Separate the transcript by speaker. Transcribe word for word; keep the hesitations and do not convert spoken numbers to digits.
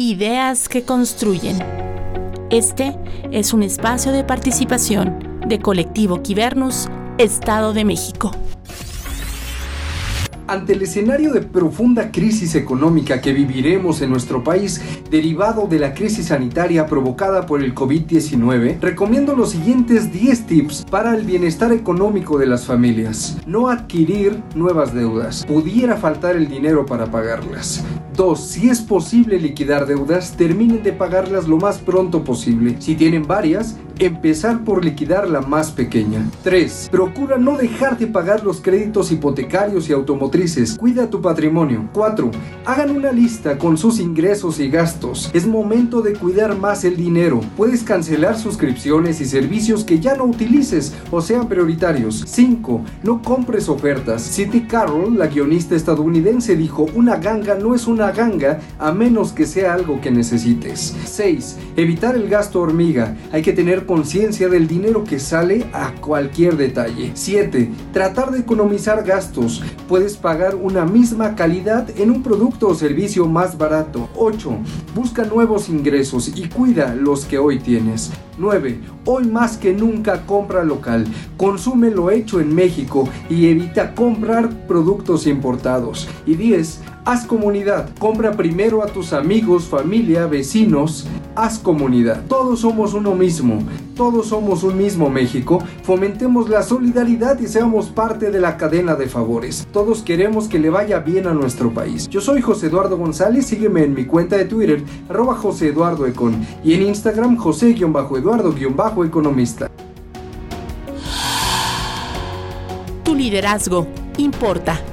Speaker 1: Ideas que construyen. Este es un espacio de participación de Colectivo Quibernus, Estado de México.
Speaker 2: Ante el escenario de profunda crisis económica que viviremos en nuestro país, derivado de la crisis sanitaria provocada por el covid diecinueve, recomiendo los siguientes diez tips para el bienestar económico de las familias. No adquirir nuevas deudas. Pudiera faltar el dinero para pagarlas. dos. Si es posible liquidar deudas, terminen de pagarlas lo más pronto posible. Si tienen varias, empezar por liquidar la más pequeña. tres. Procura no dejar de pagar los créditos hipotecarios y automotrices. Cuida tu patrimonio. cuatro. Hagan una lista con sus ingresos y gastos. Es momento de cuidar más el dinero. Puedes cancelar suscripciones y servicios que ya no utilices o sean prioritarios. cinco. No compres ofertas. City Carroll, la guionista estadounidense, dijo: una ganga no es una ganga a menos que sea algo que necesites. seis. Evitar el gasto hormiga. Hay que tener conciencia del dinero que sale a cualquier detalle. siete. Tratar de economizar gastos. Puedes pagar una misma calidad en un producto o servicio más barato. ocho. Busca nuevos ingresos y cuida los que hoy tienes. nueve. Hoy más que nunca compra local. Consume lo hecho en México y evita comprar productos importados. Y diez. Haz comunidad. Compra primero a tus amigos, familia, vecinos. Haz comunidad. Todos somos uno mismo. Todos somos un mismo México. Fomentemos la solidaridad y seamos parte de la cadena de favores. Todos queremos que le vaya bien a nuestro país. Yo soy José Eduardo González. Sígueme en mi cuenta de Twitter, arroba José Eduardo Econ. Y en Instagram, José-Eduardo-Economista.
Speaker 1: Tu liderazgo importa.